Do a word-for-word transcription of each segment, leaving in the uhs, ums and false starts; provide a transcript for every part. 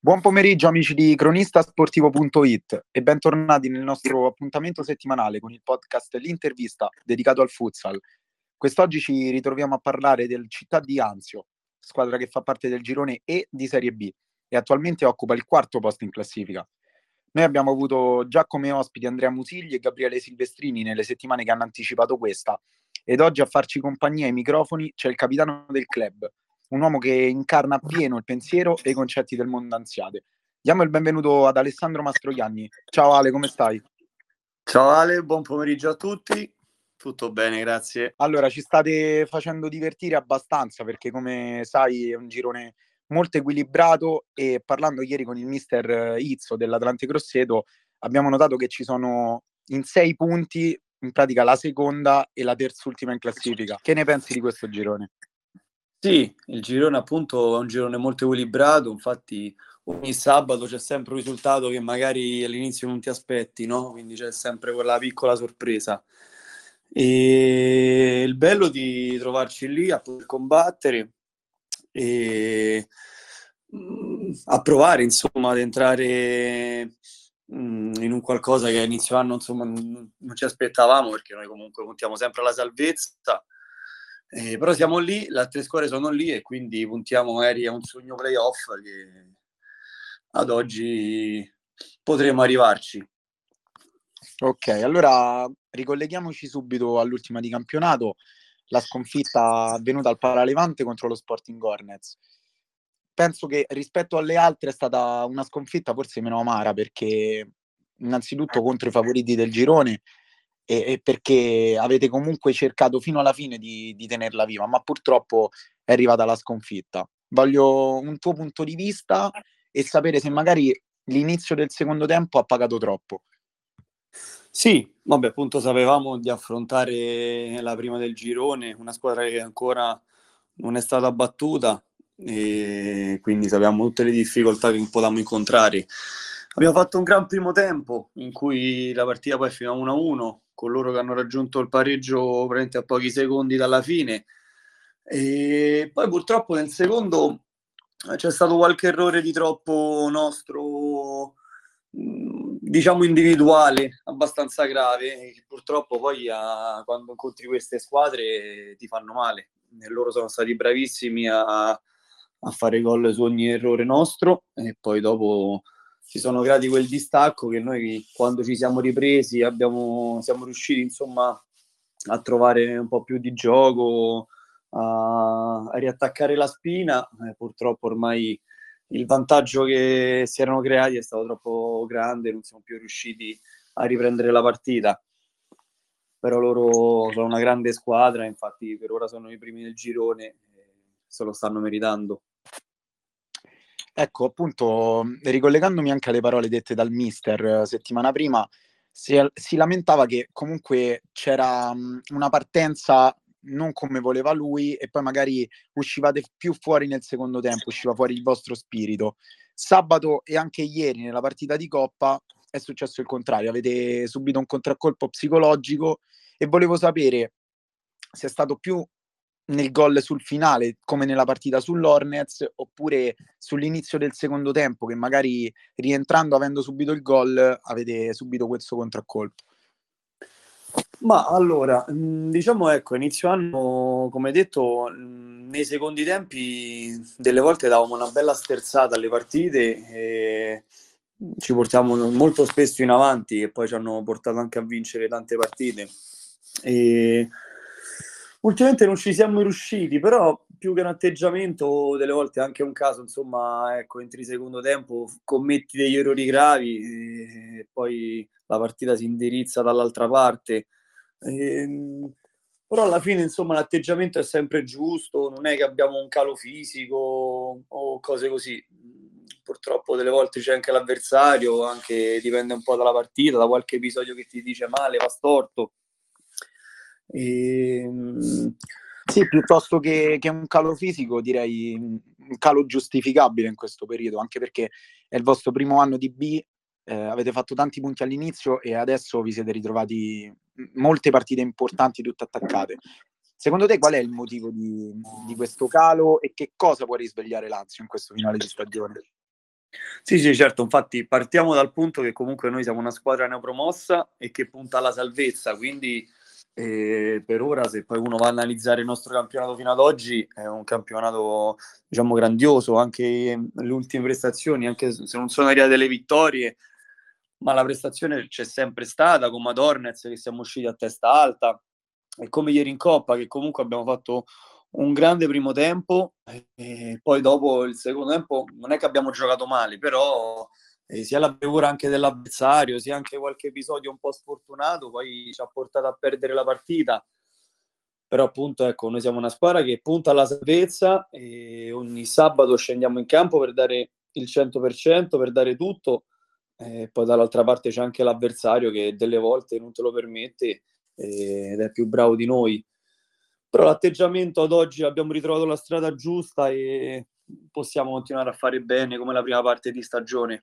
Buon pomeriggio amici di cronistasportivo punto it e bentornati nel nostro appuntamento settimanale con il podcast L'Intervista dedicato al futsal. Quest'oggi ci ritroviamo a parlare del Città di Anzio, squadra che fa parte del girone E di Serie B e attualmente occupa il quarto posto in classifica. Noi abbiamo avuto già come ospiti Andrea Musigli e Gabriele Silvestrini nelle settimane che hanno anticipato questa, ed oggi a farci compagnia ai microfoni c'è il capitano del club, un uomo che incarna appieno il pensiero e i concetti del mondo anziade. Diamo il benvenuto ad Alessandro Mastroianni. Ciao Ale, come stai? Ciao Ale, buon pomeriggio a tutti. Tutto bene, grazie. Allora, ci state facendo divertire abbastanza perché, come sai, è un girone molto equilibrato e parlando ieri con il mister Izzo dell'Atlante Grosseto abbiamo notato che ci sono in sei punti in pratica la seconda e la terzultima in classifica. Che ne pensi di questo girone? Sì, il girone appunto è un girone molto equilibrato, infatti ogni sabato c'è sempre un risultato che magari all'inizio non ti aspetti, no? Quindi c'è sempre quella piccola sorpresa. E il bello di trovarci lì a poter combattere e mh, a provare insomma ad entrare mh, in un qualcosa che a inizio anno insomma non, non ci aspettavamo, perché noi comunque puntiamo sempre alla salvezza. Eh, però siamo lì, le altre squadre sono lì e quindi puntiamo magari a un sogno playoff che ad oggi potremo arrivarci. Ok, allora ricolleghiamoci subito all'ultima di campionato, la sconfitta avvenuta al Paralevante contro lo Sporting Hornets. Penso che rispetto alle altre è stata una sconfitta forse meno amara perché innanzitutto contro i favoriti del girone e, e perché avete comunque cercato fino alla fine di, di tenerla viva, ma purtroppo è arrivata la sconfitta. Voglio un tuo punto di vista e sapere se magari l'inizio del secondo tempo ha pagato troppo. Sì, vabbè, appunto sapevamo di affrontare la prima del girone, una squadra che ancora non è stata battuta e quindi sapevamo tutte le difficoltà che potevamo incontrare. Abbiamo fatto un gran primo tempo in cui la partita poi è finita uno a uno, con loro che hanno raggiunto il pareggio praticamente a pochi secondi dalla fine. E poi purtroppo nel secondo c'è stato qualche errore di troppo nostro, diciamo individuale, abbastanza grave, che purtroppo poi a, quando incontri queste squadre ti fanno male. E loro sono stati bravissimi a, a fare gol su ogni errore nostro e poi dopo si sono creati quel distacco che noi quando ci siamo ripresi abbiamo, siamo riusciti insomma a trovare un po' più di gioco, a, a riattaccare la spina. Eh, purtroppo ormai il vantaggio che si erano creati è stato troppo grande, non siamo più riusciti a riprendere la partita. Però loro sono una grande squadra, infatti per ora sono i primi del girone e se lo stanno meritando. Ecco, appunto, ricollegandomi anche alle parole dette dal mister eh, settimana prima, si, si lamentava che comunque c'era mh, una partenza non come voleva lui e poi magari uscivate più fuori nel secondo tempo, usciva fuori il vostro spirito. Sabato e anche ieri nella partita di Coppa è successo il contrario, avete subito un contraccolpo psicologico e volevo sapere se è stato più nel gol sul finale, come nella partita sull'Hornets, oppure sull'inizio del secondo tempo, che magari rientrando, avendo subito il gol, avete subito questo contraccolpo. Ma allora, diciamo ecco, inizio anno, come detto, nei secondi tempi delle volte davamo una bella sterzata alle partite e ci portiamo molto spesso in avanti e poi ci hanno portato anche a vincere tante partite. E ultimamente non ci siamo riusciti, però più che un atteggiamento, delle volte è anche un caso, insomma, ecco, entri secondo tempo, commetti degli errori gravi e poi la partita si indirizza dall'altra parte. Ehm, però alla fine, insomma, l'atteggiamento è sempre giusto, non è che abbiamo un calo fisico o cose così. Purtroppo delle volte c'è anche l'avversario, anche dipende un po' dalla partita, da qualche episodio che ti dice male, va storto. Ehm... Sì, piuttosto che, che un calo fisico, direi un calo giustificabile in questo periodo, anche perché è il vostro primo anno di B, eh, avete fatto tanti punti all'inizio e adesso vi siete ritrovati molte partite importanti tutte attaccate. Secondo te qual è il motivo di, di questo calo e che cosa può risvegliare l'Anzio in questo finale di stagione? Sì, sì, certo, infatti partiamo dal punto che comunque noi siamo una squadra neopromossa e che punta alla salvezza, quindi eh, per ora se poi uno va a analizzare il nostro campionato fino ad oggi è un campionato diciamo grandioso, anche le ultime prestazioni, anche se non sono arrivate le vittorie, ma la prestazione c'è sempre stata, come ad Hornets che siamo usciti a testa alta e come ieri in Coppa che comunque abbiamo fatto un grande primo tempo e poi dopo il secondo tempo non è che abbiamo giocato male, però eh, sia la bravura anche dell'avversario, sia anche qualche episodio un po' sfortunato, poi ci ha portato a perdere la partita. Però appunto ecco, noi siamo una squadra che punta alla salvezza e ogni sabato scendiamo in campo per dare il cento per cento, per dare tutto e poi dall'altra parte c'è anche l'avversario che delle volte non te lo permette ed è più bravo di noi. Però l'atteggiamento ad oggi abbiamo ritrovato la strada giusta e possiamo continuare a fare bene come la prima parte di stagione.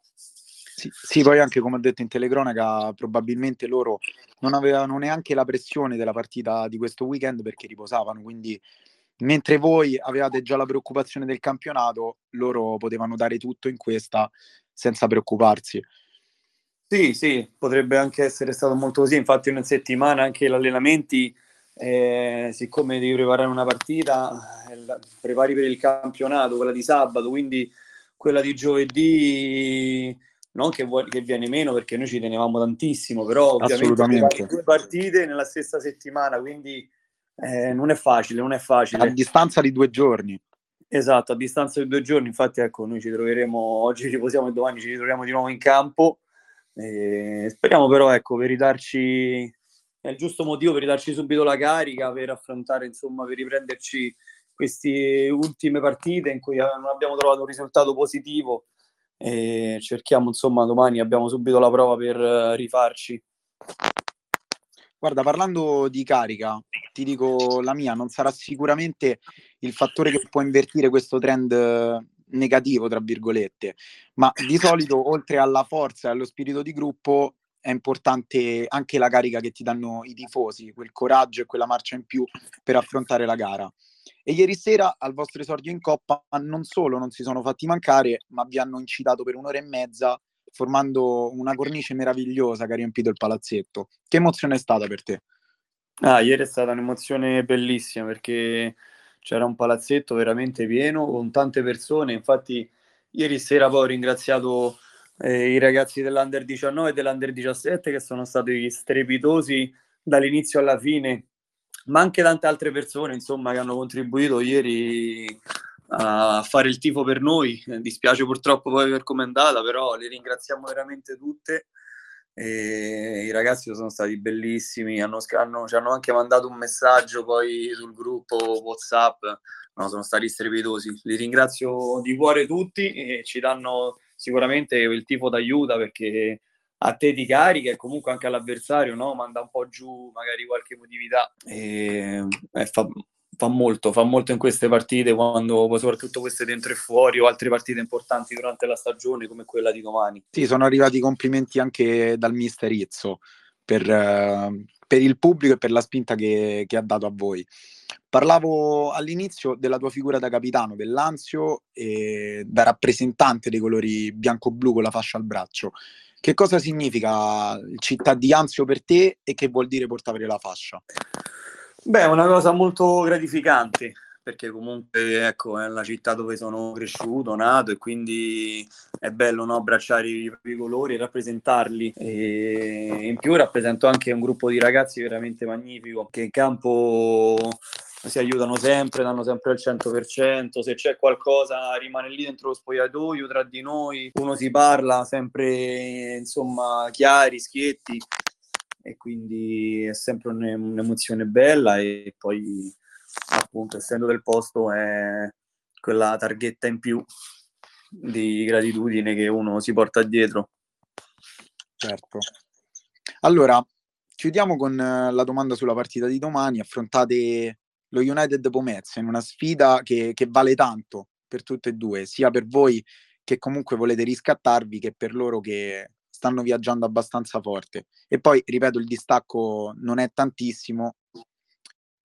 Sì, sì, poi anche come ho detto in telecronaca, probabilmente loro non avevano neanche la pressione della partita di questo weekend perché riposavano, quindi mentre voi avevate già la preoccupazione del campionato, loro potevano dare tutto in questa senza preoccuparsi. Sì, sì, potrebbe anche essere stato molto così, infatti in una settimana anche gli allenamenti, eh, siccome devi preparare una partita, eh, la- prepari per il campionato, quella di sabato, quindi quella di giovedì non che, vuoi, che viene meno perché noi ci tenevamo tantissimo, però ovviamente prepari Assolutamente. due partite nella stessa settimana, quindi eh, non è facile, non è A facile. distanza di due giorni. Esatto, a distanza di due giorni, infatti ecco, noi ci troveremo, oggi riposiamo e domani ci ritroviamo di nuovo in campo. E speriamo però, ecco, per ridarci, è il giusto motivo per ridarci subito la carica, per affrontare, insomma, per riprenderci queste ultime partite in cui non abbiamo trovato un risultato positivo e cerchiamo, insomma, domani abbiamo subito la prova per eh, rifarci. Guarda, parlando di carica, ti dico la mia, non sarà sicuramente il fattore che può invertire questo trend eh, negativo, tra virgolette, ma di solito, oltre alla forza e allo spirito di gruppo, è importante anche la carica che ti danno i tifosi, quel coraggio e quella marcia in più per affrontare la gara. E ieri sera, al vostro esordio in Coppa, non solo non si sono fatti mancare, ma vi hanno incitato per un'ora e mezza formando una cornice meravigliosa che ha riempito il palazzetto. Che emozione è stata per te? Ah, ieri è stata un'emozione bellissima perché c'era un palazzetto veramente pieno con tante persone. Infatti, ieri sera poi ho ringraziato eh, i ragazzi dell'Under diciannove e dell'Under diciassette che sono stati strepitosi dall'inizio alla fine, ma anche tante altre persone, insomma, che hanno contribuito ieri a fare il tifo per noi. Eh, dispiace purtroppo poi per come è andata, però le ringraziamo veramente tutte. E i ragazzi sono stati bellissimi, hanno, hanno, ci hanno anche mandato un messaggio poi sul gruppo WhatsApp, no, sono stati strepitosi. Li ringrazio di cuore tutti e ci danno sicuramente il tifo d'aiuta perché a te ti carica e comunque anche all'avversario, no? Manda un po' giù magari qualche emotività e, e fa, fa molto, fa molto in queste partite quando soprattutto queste dentro e fuori o altre partite importanti durante la stagione come quella di domani. Sì, sono arrivati complimenti anche dal mister Izzo per, eh, per il pubblico e per la spinta che, che ha dato a voi. Parlavo all'inizio della tua figura da capitano dell'Anzio e da rappresentante dei colori bianco-blu con la fascia al braccio. Che cosa significa il città di Anzio per te e che vuol dire portare la fascia? Beh, è una cosa molto gratificante perché comunque ecco, è la città dove sono cresciuto, nato e quindi è bello no, abbracciare i propri colori e rappresentarli. E in più rappresento anche un gruppo di ragazzi veramente magnifico che in campo si aiutano sempre, danno sempre il cento per cento. Se c'è qualcosa rimane lì dentro lo spogliatoio tra di noi, uno si parla sempre insomma chiari, schietti e quindi è sempre un'emozione bella e poi appunto essendo del posto è quella targhetta in più di gratitudine che uno si porta dietro. Certo. Allora, chiudiamo con eh, la domanda sulla partita di domani. Affrontate lo United Pomezia in una sfida che, che vale tanto per tutte e due, sia per voi che comunque volete riscattarvi, che per loro che stanno viaggiando abbastanza forte. E poi, ripeto, il distacco non è tantissimo.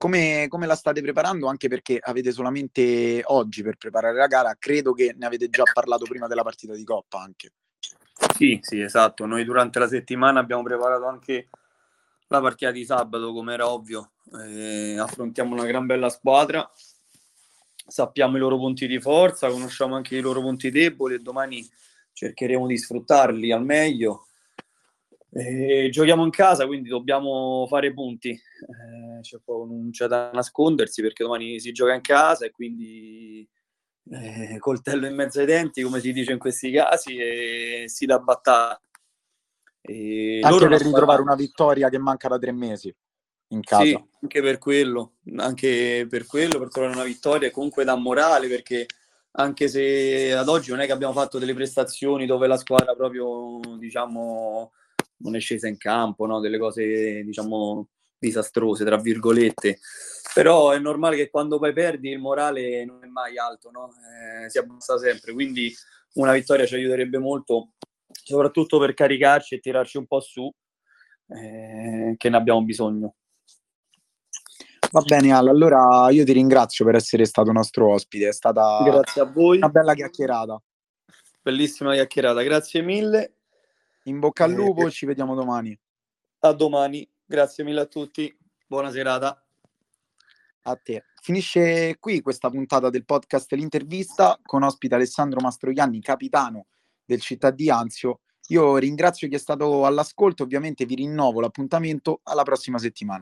come, come la state preparando? Anche perché avete solamente oggi per preparare la gara, credo che ne avete già parlato prima della partita di Coppa anche. Sì, sì, esatto. Noi durante la settimana abbiamo preparato anche la partita di sabato, come era ovvio. Eh, affrontiamo una gran bella squadra, sappiamo i loro punti di forza, conosciamo anche i loro punti deboli e domani cercheremo di sfruttarli al meglio. Eh, giochiamo in casa, quindi dobbiamo fare punti. Eh, c'è poco, non c'è da nascondersi perché domani si gioca in casa e quindi eh, coltello in mezzo ai denti, come si dice in questi casi, e si dà battaglia. E Anche loro per squadra... ritrovare una vittoria che manca da tre mesi in casa. Sì, anche per quello, anche per quello, per trovare una vittoria, e comunque dà morale, perché anche se ad oggi non è che abbiamo fatto delle prestazioni dove la squadra proprio, diciamo, non è scesa in campo, no? Delle cose, diciamo, disastrose, tra virgolette, però è normale che quando poi perdi il morale non è mai alto, no? Eh, si abbassa sempre, quindi una vittoria ci aiuterebbe molto, soprattutto per caricarci e tirarci un po' su, eh, che ne abbiamo bisogno. Va bene Al, allora io ti ringrazio per essere stato nostro ospite, è stata Grazie a voi. una bella chiacchierata. Bellissima chiacchierata, grazie mille. In bocca al lupo, eh, ci vediamo domani. A domani, grazie mille a tutti, buona serata. A te. Finisce qui questa puntata del podcast L'intervista con ospite Alessandro Mastroianni, capitano del Città di Anzio. Io ringrazio chi è stato all'ascolto, ovviamente vi rinnovo l'appuntamento alla prossima settimana.